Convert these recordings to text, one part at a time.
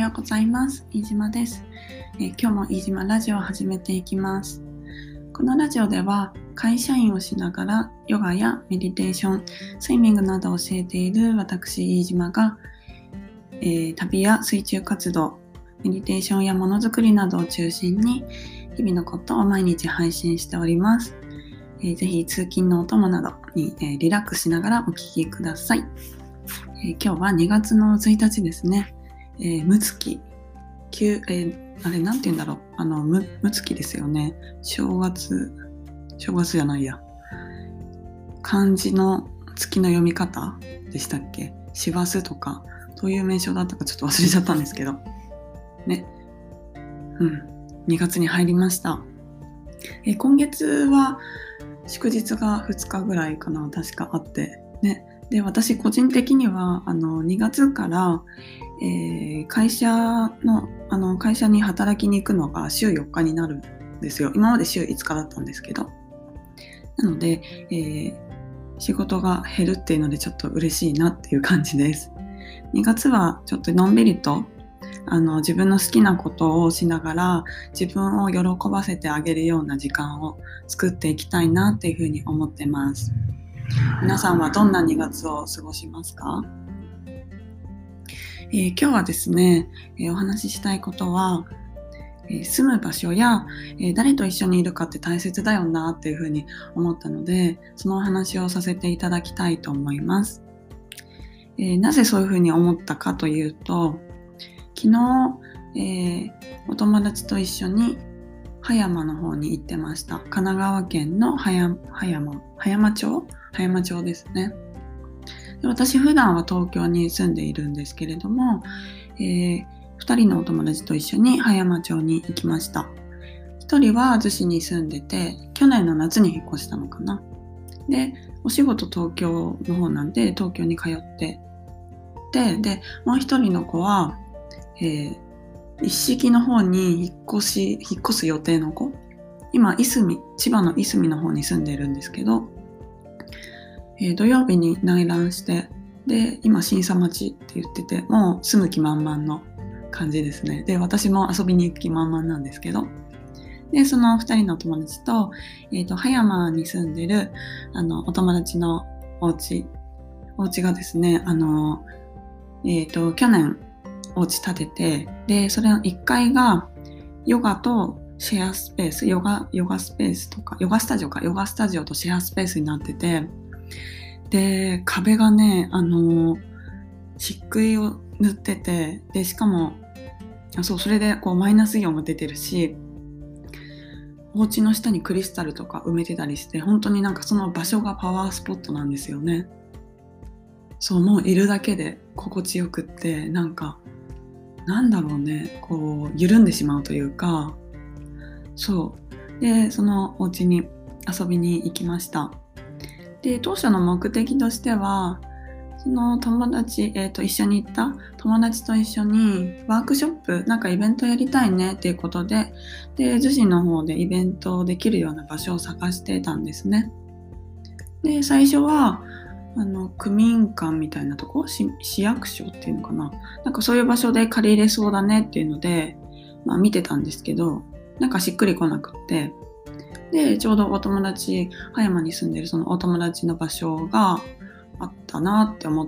ようございます。飯島です。今日も飯島ラジオを始めていきます。このラジオでは会社員をしながらヨガやメディテーション、スイミングなどを教えている私飯島が、旅や水中活動、メディテーションやものづくりなどを中心に日々のことを毎日配信しております。ぜひ通勤のお供などに、リラックスしながらお聞きください。今日は2月の1日ですね。むつき、あれなんて言うんだろう、むつきですよね。正月じゃないや。漢字の月の読み方でしたっけ？師走とか、どういう名称だったかちょっと忘れちゃったんですけど。ね。2月に入りました。今月は祝日が2日ぐらいかな、確かあって。ね。で、私個人的には2月から、会社に働きに行くのが週4日になるんですよ。今まで週5日だったんですけど。なので、仕事が減るっていうのでちょっと嬉しいなっていう感じです。2月はちょっとのんびりと自分の好きなことをしながら自分を喜ばせてあげるような時間を作っていきたいなっていうふうに思ってます。皆さんはどんな2月を過ごしますか？今日はですね、お話ししたいことは、住む場所や、誰と一緒にいるかって大切だよなっていうふうに思ったので、そのお話をさせていただきたいと思います。なぜそういうふうに思ったかというと、昨日、お友達と一緒に葉山の方に行ってました。神奈川県の葉山町ですね。で、私普段は東京に住んでいるんですけれども、2人のお友達と一緒に葉山町に行きました。1人は逗子に住んでて、去年の夏に引っ越したのかな。で、お仕事東京の方なんで東京に通ってで、もう1人の子は、一色の方に引っ越す予定の子。今千葉のいすみの方に住んでいるんですけど、土曜日に内覧して、で今審査待ちって言ってて、もう住む気満々の感じですね。で、私も遊びに行く気満々なんですけど、でその2人のお友達と、葉山に住んでるお友達のお家がですね、去年お家建てて、でそれの1階がヨガとシェアスペース、ヨガスペースとかヨガスタジオとシェアスペースになってて、で壁がね漆喰を塗ってて、でしかもそれでこうマイナスイオンも出てるし、お家の下にクリスタルとか埋めてたりして、本当になんかその場所がパワースポットなんですよね。そう、もういるだけで心地よくって、なんだろうね、こう緩んでしまうというか、そうでそのお家に遊びに行きました。で、当初の目的としては、その友達、一緒に行った友達と一緒にワークショップ、なんかイベントやりたいねっていうことで、逗子の方でイベントできるような場所を探してたんですね。で、最初は区民館みたいなとこ、市役所っていうのかな、なんかそういう場所で借りれそうだねっていうので、見てたんですけど、なんかしっくりこなくって、でちょうどお友達、葉山に住んでるそのお友達の場所があったなって思って、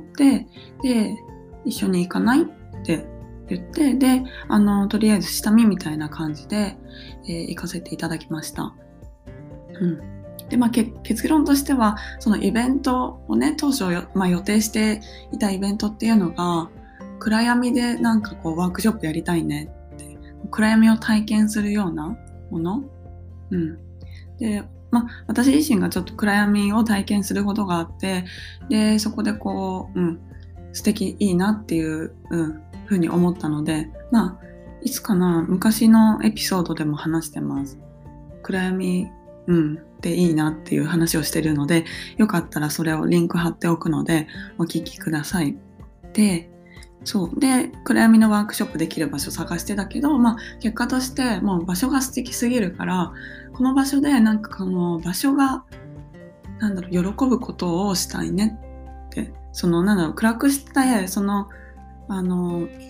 で一緒に行かないって言って、でとりあえず下見みたいな感じで、行かせていただきました。で、結論としては、そのイベントをね、当初予定していたイベントっていうのが暗闇でなんかこうワークショップやりたいねって、暗闇を体験するようなもの、で、私自身がちょっと暗闇を体験することがあって、でそこでこう、素敵、いいなっていう、ふうに思ったので、いつかな、昔のエピソードでも話してます。暗闇でいいなっていう話をしてるので、よかったらそれをリンク貼っておくのでお聞きください。で、暗闇のワークショップできる場所探してたけど、結果としてもう場所が素敵すぎるから、この場所でなんかこの場所が喜ぶことをしたいねって、暗くしてその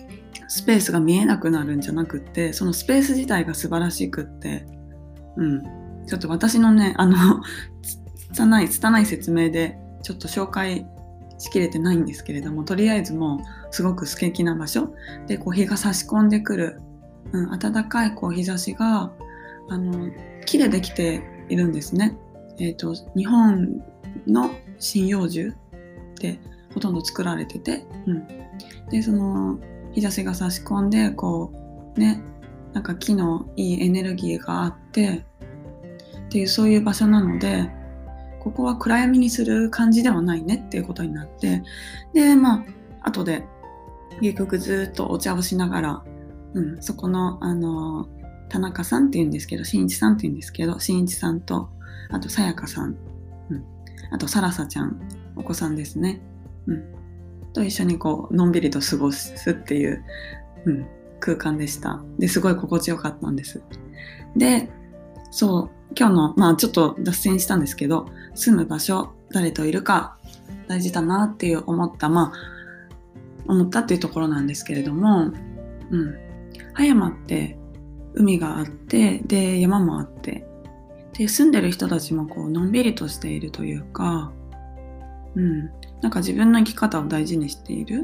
スペースが見えなくなるんじゃなくって、そのスペース自体が素晴らしくって、ちょっと私のね、拙い説明でちょっと紹介しきれてないんですけれども、とりあえずもうすごく素敵な場所で、日が差し込んでくる、暖かい日差しが木でできているんですね。日本の針葉樹でほとんど作られてて、でその日差しが差し込んでなんか木のいいエネルギーがあってっていう、そういう場所なので、ここは暗闇にする感じではないねっていうことになって、で後で結局ずっとお茶をしながら、そこの田中さんっていうんですけど、新一さんっていうんですけど、新一さんとあとさやかさん、あとさらさちゃん、お子さんですね、と一緒にのんびりと過ごすっていう、空間でした。ですごい心地よかったんです。で、そう今日のちょっと脱線したんですけど、住む場所、誰といるか大事だなっていう思ったっていうところなんですけれども、葉山って海があって、で山もあって、で住んでる人たちものんびりとしているというか、なんか自分の生き方を大事にしている。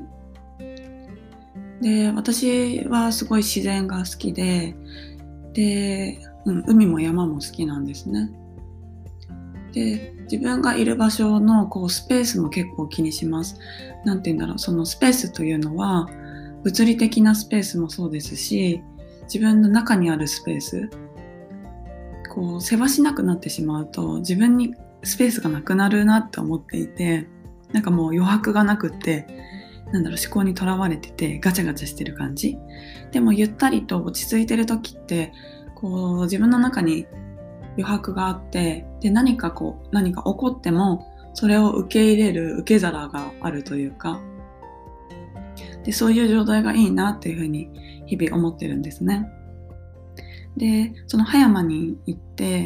で、私はすごい自然が好きで、海も山も好きなんですね。で、自分がいる場所のスペースも結構気にします。なんて言うんだろう、そのスペースというのは物理的なスペースもそうですし、自分の中にあるスペース、せわしなくなってしまうと自分にスペースがなくなるなって思っていて、なんかもう余白がなくって、思考にとらわれててガチャガチャしてる感じ。でもゆったりと落ち着いてる時って自分の中に余白があって、で何か起こってもそれを受け入れる受け皿があるというか、でそういう状態がいいなっていうふうに日々思ってるんですね。でその葉山に行って、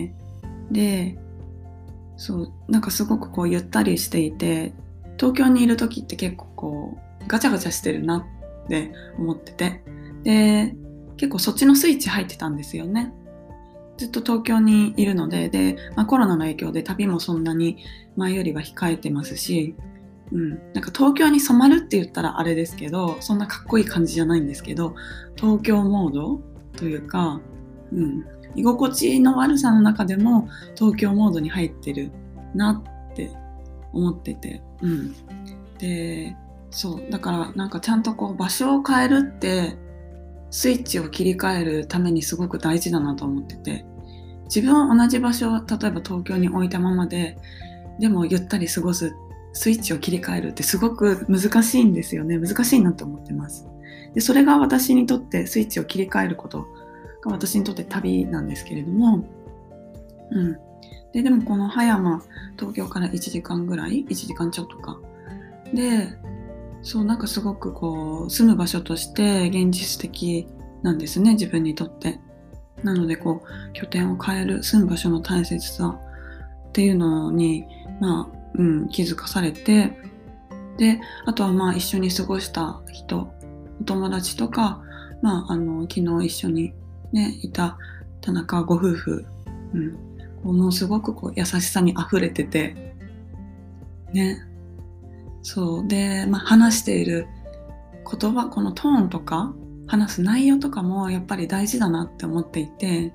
でなんかすごくゆったりしていて、東京にいる時って結構ガチャガチャしてるなって思ってて、で結構そっちのスイッチ入ってたんですよね。ずっと東京にいるので、コロナの影響で旅もそんなに前よりは控えてますし、なんか東京に染まるって言ったらあれですけど、そんなかっこいい感じじゃないんですけど、東京モードというか、居心地の悪さの中でも東京モードに入ってるなって思ってて、でだからなんかちゃんと場所を変えるってスイッチを切り替えるためにすごく大事だなと思ってて、自分は同じ場所を例えば東京に置いたままでもゆったり過ごすスイッチを切り替えるってすごく難しいんですよね。難しいなと思ってます。でそれが私にとってスイッチを切り替えることが私にとって旅なんですけれども、でもこの葉山、東京から1時間ぐらい、1時間ちょっとかで、なんかすごく住む場所として現実的なんですね、自分にとって。なので拠点を変える、住む場所の大切さっていうのに気づかされて、であとは一緒に過ごした人、お友達とか、昨日一緒にいた田中ご夫婦、もうすごく優しさに溢れててね。で、話している言葉、このトーンとか話す内容とかもやっぱり大事だなって思っていて、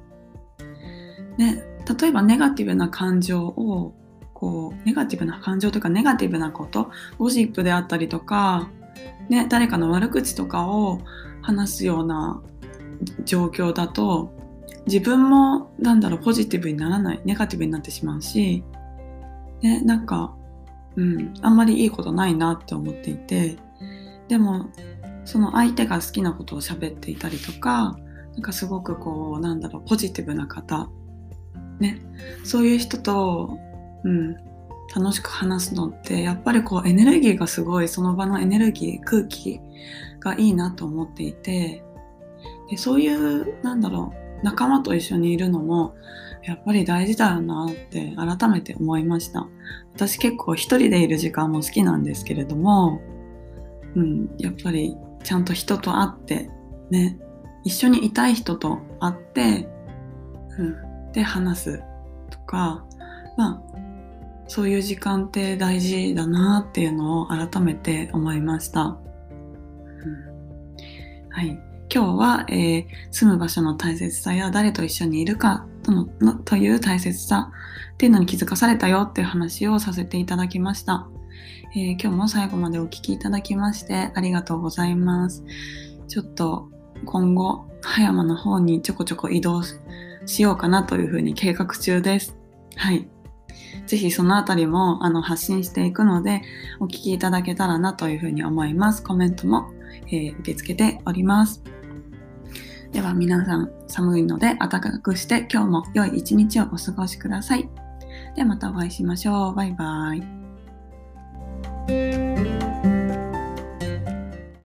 例えばネガティブな感情をネガティブな感情というかネガティブなこと、ゴシップであったりとか、誰かの悪口とかを話すような状況だと、自分もポジティブにならない、ネガティブになってしまうし、なんかあんまりいいことないなって思っていて、でもその相手が好きなことを喋っていたりとか、なんかすごくポジティブな方そういう人と、楽しく話すのってやっぱりエネルギーがすごい、その場のエネルギー、空気がいいなと思っていて、でそういう仲間と一緒にいるのもやっぱり大事だよなって改めて思いました。私結構一人でいる時間も好きなんですけれども、やっぱりちゃんと人と会ってね、一緒にいたい人と会って、で話すとか、そういう時間って大事だなっていうのを改めて思いました。はい、今日は、住む場所の大切さや誰と一緒にいるかという大切さっていうのに気づかされたよっていう話をさせていただきました。今日も最後までお聞きいただきましてありがとうございます。ちょっと今後葉山の方にちょこちょこ移動しようかなというふうに計画中です。はい。ぜひそのあたりも発信していくのでお聞きいただけたらなというふうに思います。コメントも、受け付けております。では皆さん、寒いので暖かくして今日も良い一日をお過ごしください。ではまたお会いしましょう。バイバイ。